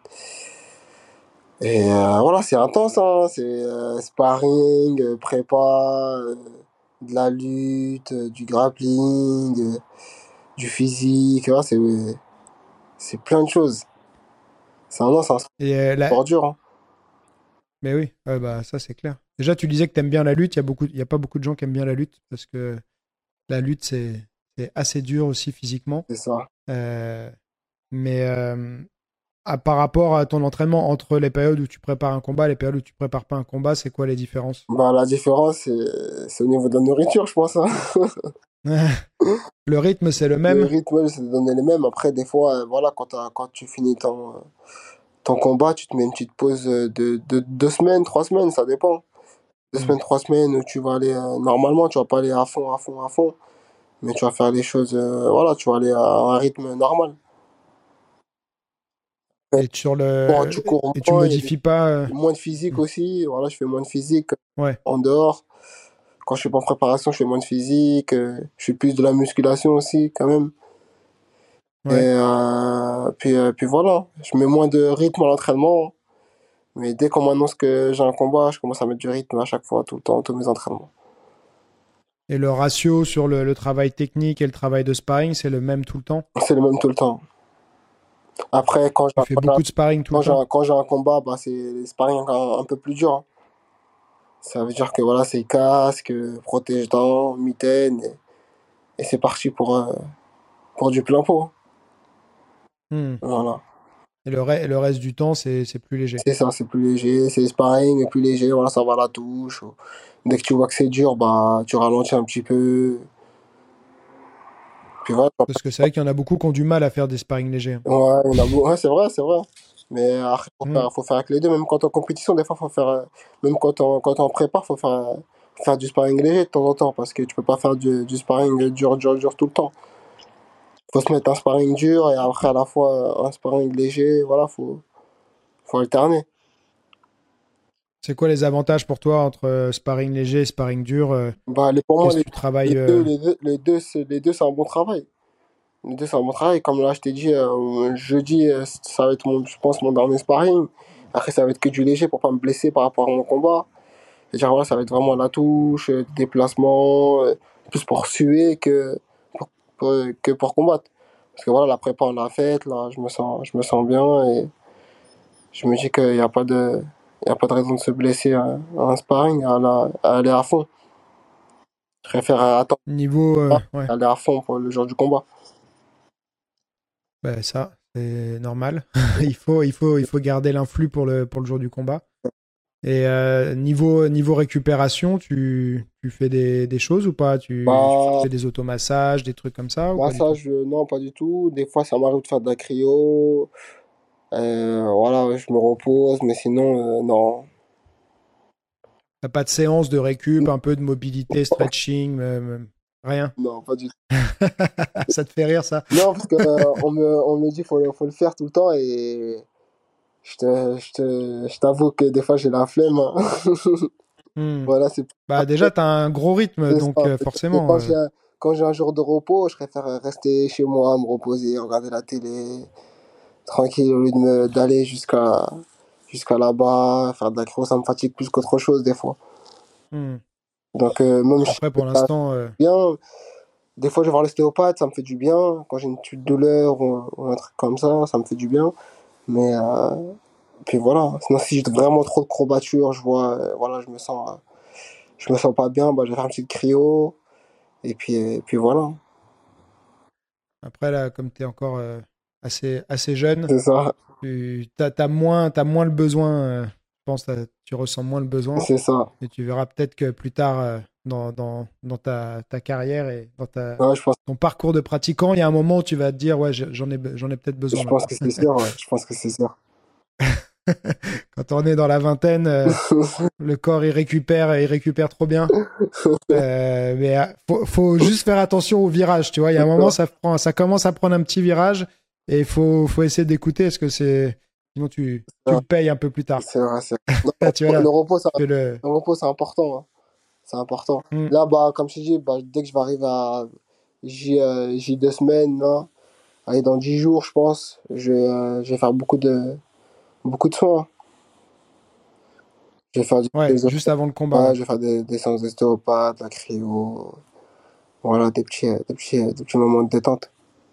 Et euh, voilà, c'est intense, hein. C'est euh, sparring, euh, prépa, euh, de la lutte, euh, du grappling, euh, du physique. Voilà, c'est c'est plein de choses. C'est un, non, c'est un Et euh, la, sport dur, hein. Mais oui, ouais, bah, ça c'est clair. Déjà, tu disais que tu aimes bien la lutte. Il y a beaucoup, il y a pas beaucoup de gens qui aiment bien la lutte parce que la lutte, c'est, c'est assez dur aussi physiquement. C'est ça. Euh, mais euh, à- par rapport à ton entraînement entre les périodes où tu prépares un combat et les périodes où tu prépares pas un combat, c'est quoi les différences? Bah, la différence, c'est c'est au niveau de la nourriture, je pense, hein. Le rythme, c'est le Le même. rythme, c'est de donner les mêmes. Après, des fois, euh, voilà, quand, t'as- quand tu finis ton, euh, ton combat, tu te mets une petite pause euh, de, de deux semaines, trois semaines, ça dépend. Deux Hmm. semaines, trois semaines où tu vas aller, euh, normalement, tu vas pas aller à fond, à fond, à fond, mais tu vas faire les choses, euh, voilà, tu vas aller à un rythme normal. Ouais. Et sur Bon, le, tu cours et tu moins, il y a des- modifies pas. euh, moins de physique hmm. aussi, voilà, je fais moins de physique Ouais, en dehors. Quand je suis pas en préparation, je fais moins de physique, euh, je fais plus de la musculation aussi, quand même. Et ouais. euh, puis, euh, puis voilà, je mets moins de rythme à l'entraînement. Mais dès qu'on m'annonce que j'ai un combat, je commence à mettre du rythme à chaque fois, tout le temps, tous mes entraînements. Et le ratio sur le, le travail technique et le travail de sparring, c'est le même tout le temps. C'est le même tout le temps. Après, quand j'ai Tu un, fais quand j'ai un- beaucoup de sparring tout le quand j'ai temps. un- quand j'ai un combat, bah, c'est les sparring un, un peu plus dur, hein. Ça veut dire que voilà, c'est casque, euh, protège-dents, mitaine, et, et c'est parti pour, euh, pour du plein pot. Hmm. Voilà. Et le, re- le reste du temps, c'est c'est plus léger. C'est ça, c'est plus léger, c'est les sparring, mais plus léger, voilà, ça va à la touche. Dès que tu vois que c'est dur, bah, tu ralentis un petit peu. Puis voilà. Parce que c'est vrai qu'il y en a beaucoup qui ont du mal à faire des sparring légers, hein. Ouais, il y en a beau- ouais, c'est vrai, c'est vrai. Mais après, faut Hmm. faire, faut faire avec les deux. Même quand on est en compétition, des fois, faut faire. euh, Même quand on, quand on prépare, faut faire, euh, faut faire du sparring léger de temps en temps. Parce que tu peux pas faire du, du sparring dur, dur, dur tout le temps. Faut se mettre un sparring dur et après, à la fois, euh, un sparring léger. Voilà, faut, faut alterner. C'est quoi les avantages pour toi entre euh, sparring léger et sparring dur euh, Bah, les, pour moi, Qu'est-ce les, que tu les travailles deux, euh, les deux, les deux, c'est, les deux, c'est un bon travail. Les deux, c'est un bon travail. Comme là, je t'ai dit, euh, jeudi, euh, ça va être, mon, je pense, mon dernier sparring. Après, ça va être que du léger pour pas me blesser par rapport à mon combat. C'est-à-dire, voilà, ça va être vraiment la touche, euh, déplacement, euh, plus pour suer que pour, pour- que pour combattre. Parce que voilà, la prépa, on l'a faite, là, je me sens, je me sens bien et je me dis qu'il n'y a pas de, il y a pas de raison de se blesser à, à un sparring, à, la- à aller à fond. Je préfère attendre, niveau euh, ouais, aller à fond pour le jour du combat. bah, ça c'est normal. il faut il faut il faut garder l'influx pour le pour le jour du combat. Et euh, niveau niveau récupération, tu, tu fais des, des choses ou pas? Tu, tu Bah, fais des automassages, des trucs comme ça ou pas du tout? massage, euh, non, pas du tout. Des fois, ça m'arrive de faire de la cryo. Euh, voilà, je me repose, mais sinon, euh, non. T'as pas de séance de récup, un peu de mobilité, stretching, euh, rien? Non, pas du tout. Ça te fait rire ça? Non, parce que euh, on me, on me dit faut, faut le faire tout le temps et je te, je te, je t'avoue que des fois j'ai la flemme, hein. Hmm. Voilà, c'est Bah déjà t'as un gros rythme c'est donc ça. euh, Et forcément. quand euh, j'ai un, quand j'ai un jour de repos, je préfère rester chez moi, me reposer, regarder la télé, tranquille, au lieu de me, d'aller jusqu'à jusqu'à là-bas, faire de la cryo, ça me fatigue plus qu'autre chose des fois. hmm. Donc euh, même si Après pour ça va l'instant. euh, bien, des fois je vais voir l'ostéopathe, ça me fait du bien. Quand j'ai une petite douleur ou, ou un truc comme ça, ça me fait du bien. Mais euh, puis voilà. Sinon, si j'ai vraiment trop de courbatures, je vois, euh, voilà, je me sens, euh, je me sens pas bien, bah, je vais faire une petite cryo. Et puis, et puis voilà. Après, là, comme tu es encore euh, assez, assez jeune, C'est ça. tu as, moins, t'as moins le besoin, euh, je pense, t'as- tu ressens moins le besoin. C'est ça. Et tu verras peut-être que plus tard, euh, dans, dans, dans ta, ta carrière et dans ta, Ouais, je pense, ton parcours de pratiquant, il y a un moment où tu vas te dire, ouais, je- j'en ai, be- j'en ai peut-être besoin je pense maintenant. que c'est sûr. Ouais. Je pense que c'est sûr. Quand on est dans la vingtaine, euh, le corps, il récupère, il récupère trop bien. Euh, mais euh, faut, faut juste faire attention au virage, tu vois. Il y a un C'est moment, ça. ça prend, ça commence à prendre un petit virage et il faut, faut essayer d'écouter parce que c'est, sinon tu, tu le payes un peu plus tard. C'est vrai, c'est vrai. Non, Là, tu vois le là, repos, ça, tu fais le. le repos, c'est important, hein. C'est important. Hmm. Là, bah, comme je t'ai dit, bah, dès que je vais arriver à. J'ai euh, j'ai deux semaines, là. Allez, dans dix jours, je pense, je, vais, euh, je vais faire beaucoup de, beaucoup de soins. Je vais faire du- Ouais, des, juste avant le combat. ouais, Ouais. je vais faire des, des séances d'ostéopathe, la cryo. Voilà, des petits, euh, des petits, euh, des petits moments de détente.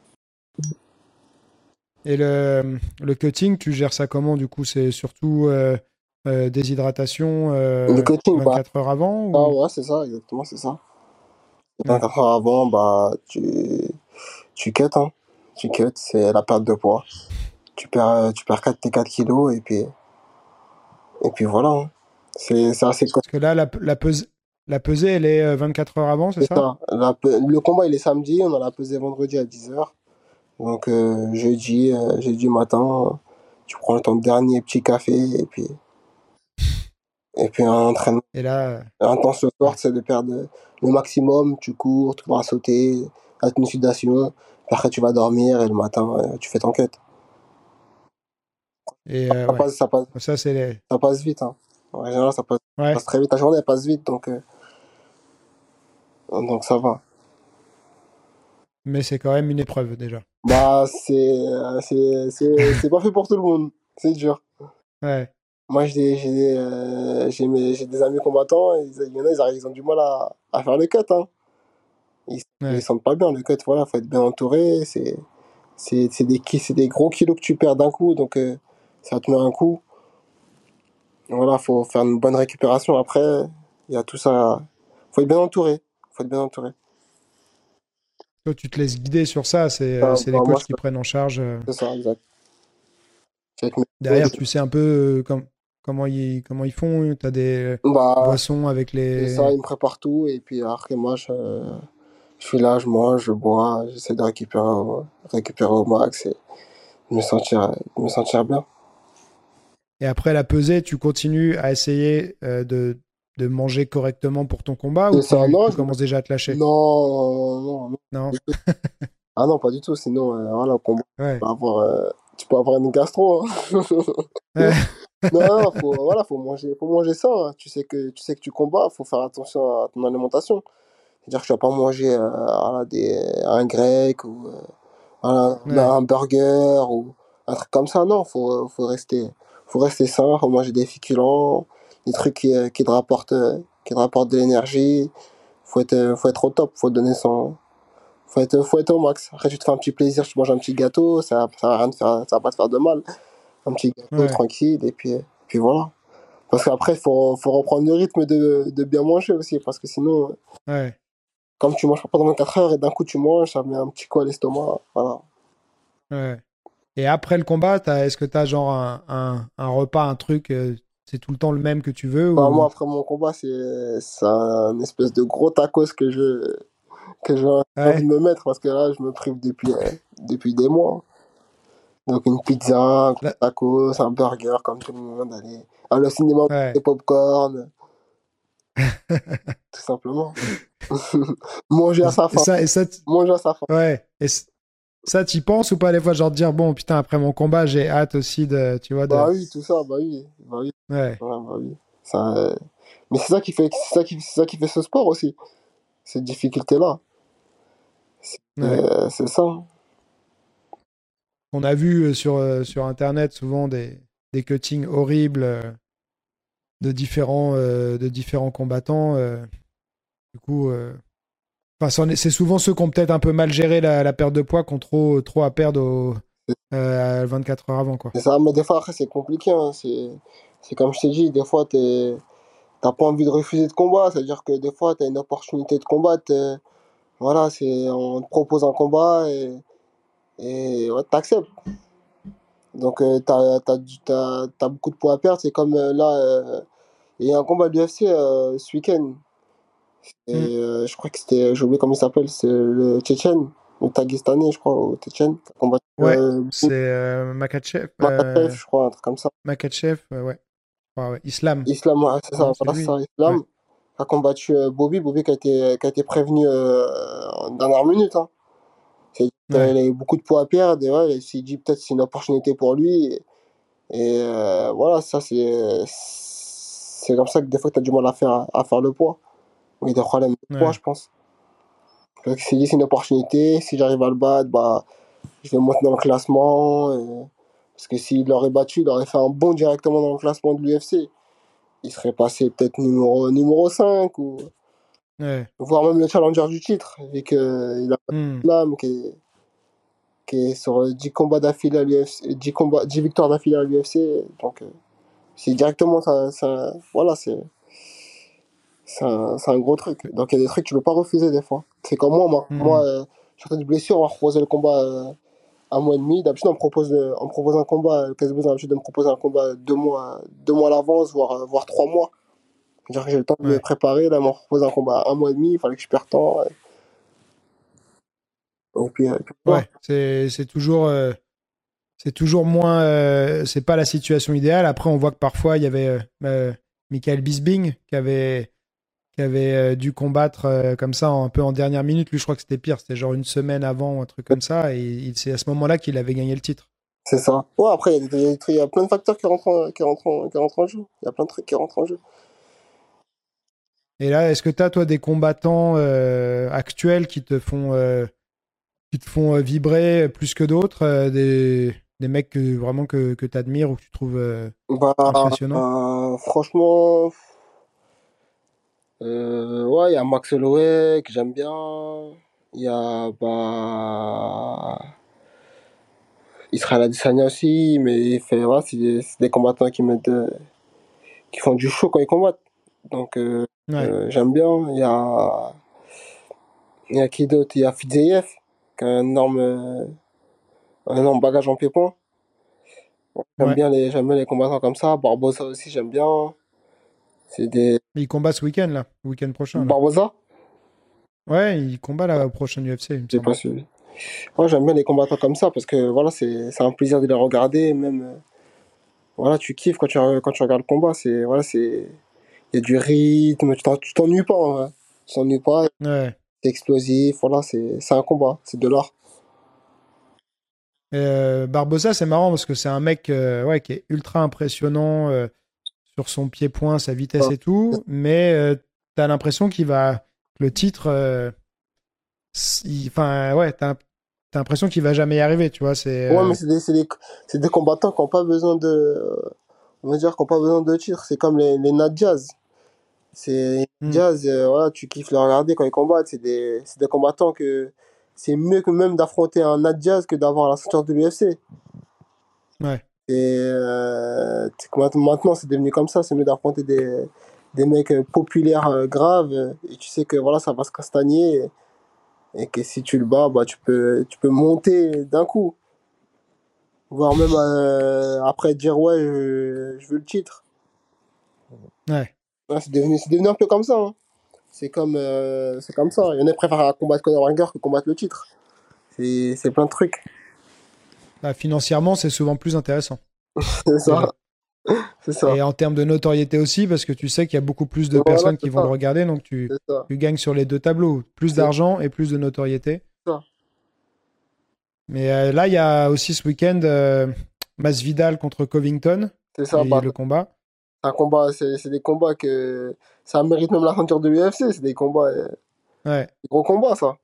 Et le, le cutting, tu gères ça comment du coup? C'est surtout euh, euh, déshydratation Le euh, coaching, bah, vingt-quatre heures avant ah ou... ouais, c'est ça, exactement, c'est ça. Ouais. vingt-quatre heures avant, bah, tu, tu cut, hein. Tu cut, c'est la perte de poids. Tu perds, euh, tu perds quatre tes quatre kilos et puis, et puis voilà, hein. C'est c'est assez co- Parce que là, la, la, pes- la pesée, elle est euh, vingt-quatre heures avant, c'est c'est ça? ça. La pe- le combat, il est samedi, on a la pesée vendredi à dix heures. Donc, euh, jeudi, euh, jeudi matin, tu prends ton dernier petit café et puis, et puis un entraînement Et là, euh, intense le soir, ouais. c'est de perdre le maximum. Tu cours, tu vas sauter, la tenue sudation. Après, tu vas dormir et le matin, euh, tu fais ton cut. Et euh, Ça ouais. passe, ça passe, Ça, c'est les... ça passe vite, hein. En général, ça passe, ça Ouais. passe très vite. La journée, elle passe vite, donc, euh, donc ça va. Mais c'est quand même une épreuve déjà. Bah, c'est, euh, c'est, c'est, c'est pas fait pour tout le monde. C'est dur. Ouais. Moi, j'ai des, j'ai des, euh, j'ai mes- j'ai des amis combattants, et ils- il y en a, ils, arrivent- ils ont du mal à, à faire le cut, hein. Ils, ils Ouais. sentent pas bien le cut, voilà, faut être bien entouré. C'est, c'est, c'est des, ki- c'est des gros kilos que tu perds d'un coup, donc euh, ça va te met un coup. Voilà, faut faire une bonne récupération après. Il y a tout ça. Faut être bien entouré. Faut être bien entouré. Toi, tu te laisses guider sur ça. C'est Ça, euh, c'est les bah, moi, coachs c'est qui prennent en charge. euh. c'est ça, exact. C'est avec mes Derrière, coachs. tu sais un peu euh, com- comment ils, comment ils font. Tu as des euh, Bah, boissons avec c'est ça, les. ils me préparent tout, et puis après, moi, je, je suis là, je mange, je bois, j'essaie de récupérer, au- récupérer au max et me sentir, me sentir bien. Et après la pesée, tu continues à essayer euh, de, de manger correctement pour ton combat ou C'est ça, tu, non, tu je me- commences déjà à te lâcher? non, non, non. Non? Ah non, pas du tout, sinon, euh, voilà, au combat, tu Ouais. peux avoir, euh, tu peux avoir une gastro, hein. Ouais. Non, non, faut, voilà, faut manger, faut manger ça, hein. Tu sais que, tu sais que tu combats, faut faire attention à ton alimentation. C'est-à-dire que tu vas pas manger euh, voilà, des, un grec ou euh, voilà, Ouais. un burger ou un truc comme ça. Non, faut, faut rester, faut rester sain, faut manger des féculents, des trucs qui, euh, qui te rapportent, euh, qui te rapportent de l'énergie. Faut être, euh, faut être au top, faut donner son, faut être, faut être au max. Après, tu te fais un petit plaisir, tu manges un petit gâteau, ça, ça va rien te faire, ça va pas te faire de mal. Un petit gâteau Ouais. tranquille et puis, puis voilà. Parce qu'après, il faut, faut reprendre le rythme de, de bien manger aussi. Parce que sinon, euh, Ouais. comme tu manges pas pendant vingt-quatre heures et d'un coup tu manges, ça met un petit coup à l'estomac. Voilà. Ouais. Et après le combat, t'as- est-ce que tu as genre un, un, un repas, un truc, euh, c'est tout le temps le même que tu veux Bah, moi, ou... après mon combat, c'est c'est un espèce de gros tacos que je que j'ai envie de Ouais. me mettre parce que là, je me prive depuis, euh, depuis des mois. Donc, une pizza, un gros Là- tacos, un burger comme tout le monde. Aller à le cinéma, des Ouais. pop-corn, tout simplement. Manger à sa Et faim. ça, et ça, t- Manger à sa faim. ouais. Et c- ça, t'y penses ou pas des fois, genre de dire, bon, putain, après mon combat, j'ai hâte aussi de, tu vois, Bah de... oui, tout ça, bah oui. Bah oui. Ouais. Ouais, bah oui. Ça, euh, Mais c'est ça qui fait, c'est ça qui, c'est ça qui fait ce sport aussi. Cette difficulté-là. C'est Ouais. euh, c'est ça. On a vu euh, sur, euh, sur Internet souvent des, des cuttings horribles euh, de différents, euh, de différents combattants. euh. Du coup, euh, enfin, c'en est- c'est souvent ceux qui ont peut-être un peu mal géré la, la perte de poids, qui ont trop, trop à perdre au, euh, à vingt-quatre heures avant, quoi. C'est ça, mais des fois, après, c'est compliqué, hein. C'est, c'est comme je t'ai dit, des fois, t'es, t'as pas envie de refuser de combat. C'est-à-dire que des fois, t'as une opportunité de combattre. euh, Voilà, c'est, on te propose un combat et, et ouais, t'acceptes. Donc, euh, t'as, t'as, du- t'as, t'as beaucoup de poids à perdre. C'est comme euh, là, euh, il y a un combat de l'U F C euh, ce week-end. Hmm. Et euh, je crois que c'était, j'ai oublié comment il s'appelle, c'est le Tchétchène, le Dagestanais, je crois, ou Tchétchène, qui a combattu Ouais, euh, c'est euh, Makhachev. Makhachev, Euh, je crois, un truc comme ça. Makhachev, euh, ouais. Ouais, ouais. Islam. Islam, ouais, c'est Non, ça, c'est voilà, c'est lui. ça, Ouais. Islam, a combattu euh, Bobby, Bobby qui a été, qui a été prévenu euh, en dernière minute. Hein. C'est, euh, Ouais. il a eu beaucoup de poids à perdre, et ouais, il s'est dit peut-être c'est une opportunité pour lui. Et, et, euh, voilà, ça, c'est, c'est comme ça que des fois, tu as du mal à faire, à faire le poids. Il y a des problèmes de poids, Ouais. je pense. Donc, il s'est dit c'est une opportunité, si j'arrive à le battre, bah, je vais monter dans le classement. euh, parce que s'il l'aurait battu, il aurait fait un bond directement dans le classement de l'U F C. Il serait passé peut-être numéro, numéro cinq ou Ouais. voire même le challenger du titre, vu qu'il a pas Hmm. de flamme, qui est, qui est sur dix combats d'affilée à l'U F C, dix combats, dix victoires d'affilée à l'U F C. Donc, euh, c'est directement ça, ça- voilà, c'est c'est un, c'est un gros truc. Donc, il y a des trucs que tu peux pas refuser des fois. C'est comme moi, moi, Hmm. moi euh, sortais de blessure, on va reposer le combat euh, un mois et demi. D'habitude, on me propose, de- on me propose un combat, quasiment l'habitude de me proposer un combat deux mois, deux mois à l'avance, voire, euh, voire trois mois. C'est-à-dire que j'ai le temps de me Ouais. préparer. Là, on me propose un combat un mois et demi, il fallait que je perde temps. Et, et puis, euh, puis voilà. Ouais. C'est c'est toujours. euh, C'est toujours moins. Euh, c'est pas la situation idéale. Après, on voit que parfois, il y avait euh, euh, Michael Bisping qui avait, qui avait euh, dû combattre euh, comme ça un peu en dernière minute. Lui, je crois que c'était pire. C'était genre une semaine avant ou un truc comme ça. Et il- c'est à ce moment-là qu'il avait gagné le titre. C'est ça. Ouais, après, il y, a des- il y a des trucs- il y a plein de facteurs qui rentrent en, qui rentrent en, qui rentrent en jeu. Il y a plein de trucs qui rentrent en jeu. Et là, est-ce que tu as, toi, des combattants euh, actuels qui te font, euh, qui te font euh, vibrer plus que d'autres euh, des, des mecs que, vraiment que, que tu admires ou que tu trouves euh, Bah, impressionnants? euh, franchement, euh, ouais, il y a Max Holloway que j'aime bien. Il y a, bah, Israël Adesanya aussi, mais il fait, ouais, c'est des, c'est des combattants qui mettent, de- qui font du show quand ils combattent. Donc, euh, Ouais, euh, j'aime bien. Il y a, il y a qui d'autre? Il y a Fidzeyev, qui a un énorme, euh, un énorme bagage en pied-point. J'aime ouais. bien les, j'aime bien les combattants comme ça. Barbosa aussi, j'aime bien. C'est des. Mais il combat ce week-end, là, le week-end prochain, là. Barbosa? Ouais, il combat là au prochain U F C, il me J'ai semble. pas suivi. Moi, j'aime bien les combattants comme ça parce que voilà, c'est c'est un plaisir de les regarder. Même, euh, voilà, tu kiffes quand tu, quand tu regardes le combat. C'est, voilà, c'est, il y a du rythme, tu t'en- tu t'ennuies pas, en vrai. Tu t'ennuies pas, Ouais. c'est explosif. Voilà, c'est c'est un combat, c'est de l'art. Et, euh, Barbosa, c'est marrant parce que c'est un mec euh, ouais, qui est ultra impressionnant euh, sur son pied-point, sa vitesse Ouais, et tout, mais euh, t'as l'impression qu'il va. Le titre. euh, il- Enfin, ouais, t'as t'as l'impression qu'il va jamais y arriver, tu vois. C'est. ouais, mais euh, c'est des, c'est des, c'est des combattants qui n'ont pas besoin de. euh, On va dire qu'ils n'ont pas besoin de titre. C'est comme les, les Nat Diaz. C'est hmm, Diaz, euh, voilà, tu kiffes les regarder quand ils combattent. C'est des, c'est des combattants que c'est mieux que même d'affronter un Nat Diaz que d'avoir la ceinture de l'U F C. ouais, Et euh, c'est que maintenant, maintenant, c'est devenu comme ça. C'est mieux d'affronter des, des mecs euh, populaires euh, graves. euh, Et tu sais que voilà, ça va se castagner. Et, et que si tu le bats, bah, tu peux, tu peux monter d'un coup. Voire même euh, après dire ouais, je, je veux le titre. ouais. Ouais, c'est devenu, c'est devenu un peu comme ça. Hein. C'est comme, euh, c'est comme ça. Il y en a qui préfèrent combattre Conor McGregor que combattre le titre. C'est, c'est plein de trucs. Bah, financièrement, c'est souvent plus intéressant, C'est ça. déjà. C'est ça. Et en termes de notoriété aussi, parce que tu sais qu'il y a beaucoup plus de Voilà, personnes qui c'est vont le ça. regarder, donc tu, C'est ça. tu gagnes sur les deux tableaux. Plus C'est d'argent et plus de notoriété. ça. Mais euh, là, il y a aussi ce week-end euh, Masvidal contre Covington, C'est ça. et Bah, le combat. c'est un combat, c'est, c'est des combats que ça mérite même la ceinture de l'U F C. C'est des combats, euh, Ouais. des gros combats, ça.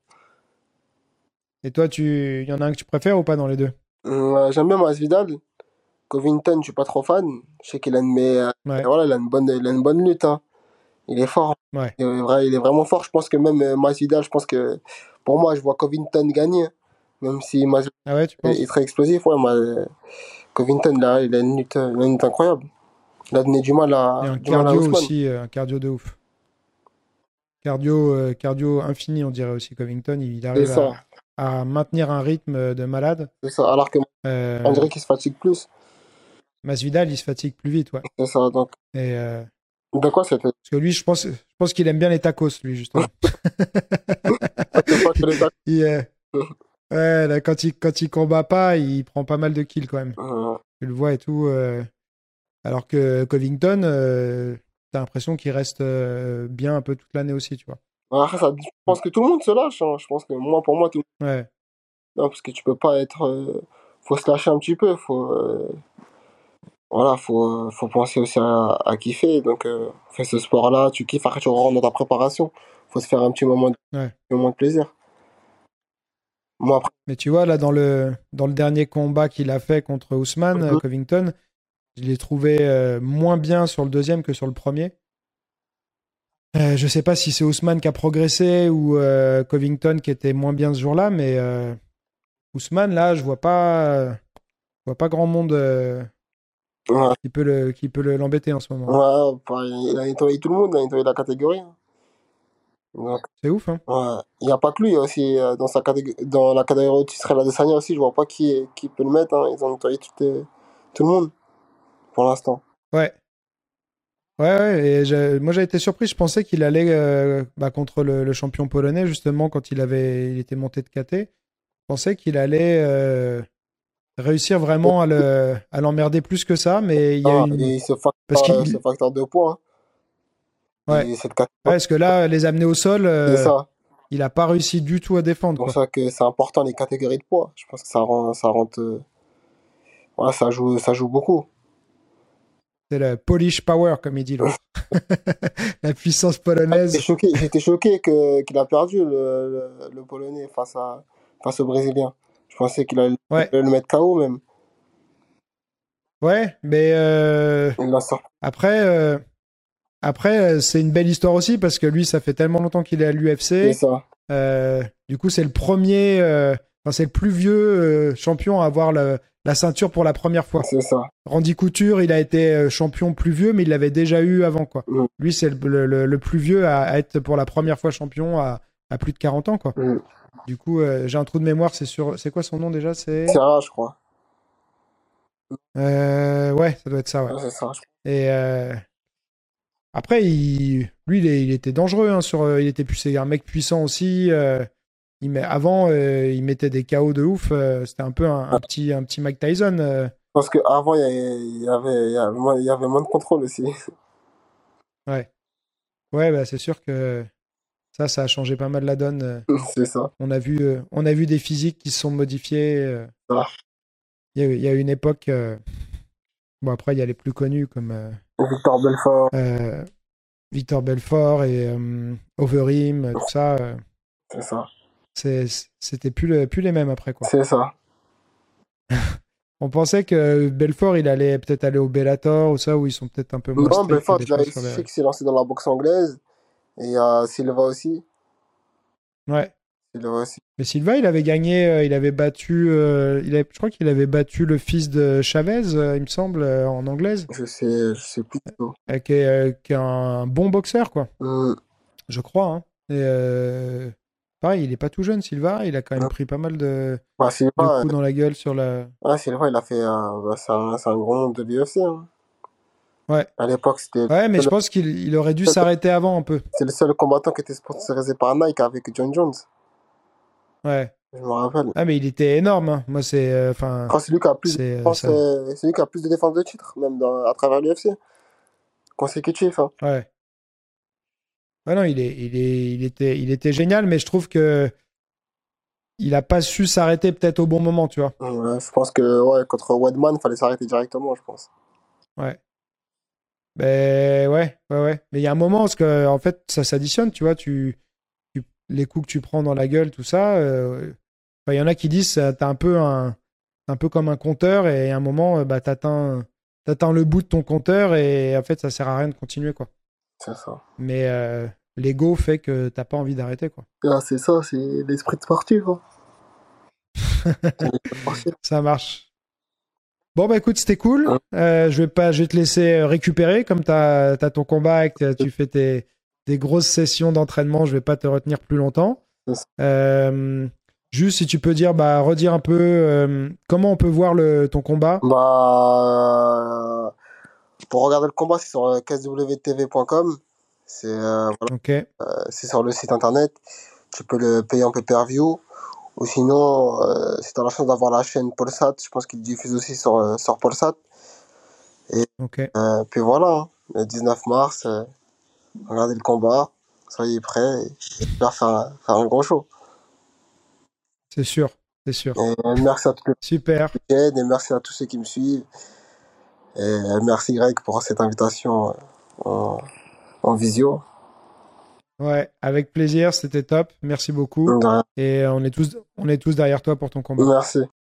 Et toi, tu, il y en a un que tu préfères ou pas dans les deux? Euh, j'aime bien Masvidal. Covington, je suis pas trop fan. Je sais qu'il a une, mais, euh, Ouais, voilà, il a une bonne, il a une bonne lutte. Hein. Il est fort. ouais. Il est, vrai, il est vraiment fort. Je pense que même euh, Masvidal, je pense que pour moi, je vois Covington gagner. Même si Masvidal Ah ouais, tu est est penses? très explosif, ouais, moi, euh, Covington, là, il a une lutte, euh, il a une lutte incroyable. Il a donné du mal Et à, un du mal à cardio Ousmane. aussi, euh, un cardio de ouf. Cardio, euh, cardio infini, on dirait aussi Covington. Il C'est arrive ça, à, à maintenir un rythme de malade. c'est ça. Alors que on Euh, dirait qu'il se fatigue plus. Masvidal, il se fatigue plus vite, ouais. C'est ça, donc. Et, euh, De quoi c'était? parce que lui, je pense, je pense qu'il aime bien les tacos, lui, justement. C'est pas que les actes. Il, euh, ouais, là, quand il, quand il combat pas, il prend pas mal de kills quand même. Euh, Tu le vois et tout. euh, Alors que Covington, euh, t'as l'impression qu'il reste euh, bien un peu toute l'année aussi, tu vois. Après, ça, je pense que tout le monde se lâche, hein. Je pense que moi, pour moi, tout Ouais, non, parce que tu peux pas être. euh, Faut se lâcher un petit peu. Faut, euh, voilà, faut, euh, faut penser aussi à, à kiffer. Donc, euh, fais ce sport-là, tu kiffes, après tu rentres dans ta préparation. Faut se faire un petit moment de, ouais. moment de plaisir. Moi, après, Mais tu vois, là, dans le, dans le dernier combat qu'il a fait contre Ousmane, euh, mhm. Covington, je l'ai trouvé euh, moins bien sur le deuxième que sur le premier. Euh, je sais pas si c'est Ousmane qui a progressé ou euh, Covington qui était moins bien ce jour-là, mais euh, Ousmane, là, je vois pas, je vois pas grand monde euh, Ouais, qui peut le, qui peut le- l'embêter en ce moment. ouais, pareil, il a nettoyé tout le monde, il a nettoyé la catégorie, hein. Donc, C'est ouf, hein? ouais. Il n'y a pas que lui, il y a aussi euh, dans, sa catég- dans la catégorie au-dessus, Israël Adesanya aussi, je vois pas qui, qui peut le mettre, hein. Ils ont nettoyé tout, euh, tout le monde pour l'instant. Ouais. Ouais, ouais, et j'ai- moi j'ai été surpris, je pensais qu'il allait euh, bah, contre le, le champion polonais, justement, quand il avait il était monté de K T. Je pensais qu'il allait euh, réussir vraiment à le, à l'emmerder plus que ça, mais il y a Ah, une. et ce Parce facteur, euh, ce qu'il. facteur de points, hein. Ouais. Et cette Ouais, catégorie, parce que là, les amener au sol, c'est euh, ça. il a pas réussi du tout à C'est défendre, pour quoi. ça que c'est important les catégories de poids. Je pense que ça rend, ça rend, euh, ouais, ça joue, ça joue beaucoup. C'est le Polish power, comme il dit l'autre. La puissance J'étais polonaise. choqué, j'étais choqué que, qu'il a perdu le, le, le Polonais face à, face au Brésilien. Je pensais qu'il allait Ouais, le mettre K O même. ouais, mais euh, Il l'a sorti. après, euh, après euh, c'est une belle histoire aussi parce que lui, ça fait tellement longtemps qu'il est à C'est l'U F C. ça. Euh, du coup, c'est le premier, euh, enfin, c'est le plus vieux euh, champion à avoir le- la ceinture pour la première fois. C'est ça. Randy Couture, il a été euh, champion plus vieux, mais il l'avait déjà eu avant, quoi. Mm, Lui, c'est le, le- le plus vieux à, à être pour la première fois champion à, à plus de quarante ans, quoi. mm. Du coup, euh, j'ai un trou de mémoire, c'est sur. C'est quoi son nom déjà? C'est C'est. rare, je crois. Euh, ouais, ça doit être ça, ouais. Ouais, c'est ça. je Et euh, après, il... lui, il, est- il était dangereux, hein, sur, euh, il était pu- c'est un mec puissant aussi. euh, il met... Avant, euh, il mettait des K O de ouf. euh, c'était un peu un, un crois. petit, un petit Mike Tyson. euh, Parce qu'avant, il y avait, il y avait, il y avait moins, il y avait moins de contrôle aussi. ouais. Ouais, bah, c'est sûr que ça, ça a changé pas mal la donne. euh. C'est ça. On a vu, euh, on a vu des physiques qui se sont modifiés. euh. Voilà. Il y a, eu- il y a eu une époque. euh, Bon, après, il y a les plus connus comme euh, Victor Belfort, euh, Victor Belfort et euh, Overeem, euh, tout ça. euh, c'est ça. c'est- C'était plus, le- plus les mêmes après, quoi. C'est ça. On pensait que Belfort, il allait peut-être aller au Bellator ou ça, où ils sont peut-être un peu moins Non, stricts Belfort, des il a, fois je sur les. sais qu'il s'est lancé dans la boxe anglaise. Et il y a Silva aussi. Ouais. Silva aussi. Mais Silva, il avait gagné, euh, il avait battu, euh, il avait- je crois qu'il avait battu le fils de Chavez, euh, il me semble, euh, en anglaise, Je sais, je sais plus du tout. euh, qui est, euh, qui est un bon boxeur, quoi. Hum, Je crois, hein. Et euh, pareil, il est pas tout jeune, Silva, il a quand même hum. pris pas mal de, Bah, de Silva, euh, coups dans la gueule sur la. ouais, Silva, il a fait, euh, bah, c'est un, c'est un gros nom de l'U F C, hein. Ouais. À l'époque, c'était Ouais, mais le je seul, pense qu'il il aurait dû s'arrêter avant un peu. c'est le seul combattant qui était sponsorisé par Nike avec John Jones. Ouais. Je me rappelle. Ah, mais il était énorme, hein. Moi, c'est. euh, Je Enfin, crois que c'est lui qui a plus de c'est euh, défenses, ça. euh, c'est lui qui a plus de défenses de titre, même dans, à travers l'U F C. Consécutif, hein. Ouais. Ouais, non, il est, il est, il était, il était génial, mais je trouve que il a pas su s'arrêter peut-être au bon moment, tu vois. Ouais, je pense que ouais, contre Weidman, il fallait s'arrêter directement, je pense. Ouais. Ben ouais, ouais, ouais. Mais il y a un moment parce que en fait, ça s'additionne, tu vois. Tu, tu- les coups que tu prends dans la gueule, tout ça. euh, enfin, il y en a qui disent, euh, t'as un peu un, un peu comme un compteur et à un moment, euh, bah t'atteins, t'atteins le bout de ton compteur et en fait, ça sert à rien de continuer, quoi. C'est ça. Mais euh, l'ego fait que t'as pas envie d'arrêter, quoi. Ah, c'est ça, c'est l'esprit de sportif, hein. C'est l'esprit de sportif. Ça marche. Bon, bah écoute, c'était cool. Hein. Euh, je vais pas, je vais te laisser euh, récupérer comme t'as, t'as ton combat et que tu fais tes, des grosses sessions d'entraînement. Je vais pas te retenir plus longtemps. Euh, juste si tu peux dire, bah, redire un peu euh, comment on peut voir le, ton combat. Bah, euh, pour regarder le combat, c'est sur euh, k s w t v point com. C'est euh, voilà, Ok, euh, c'est sur le site internet. Tu peux le payer en pay-per-view. Ou sinon, euh, si tu as la chance d'avoir la chaîne Polsat, je pense qu'il diffuse aussi sur, euh, sur Polsat. Et ok, euh, puis voilà, hein, le dix-neuf mars, euh, regardez le combat, soyez prêts et j'espère faire, un- faire un gros show. c'est sûr, c'est sûr. Et merci à tous les Super. qui aident et merci à tous ceux qui me suivent. Et merci Greg pour cette invitation euh, en, en visio. Ouais, avec plaisir, c'était top. Merci beaucoup. De rien. Et on est tous, on est tous derrière toi pour ton combat. Merci.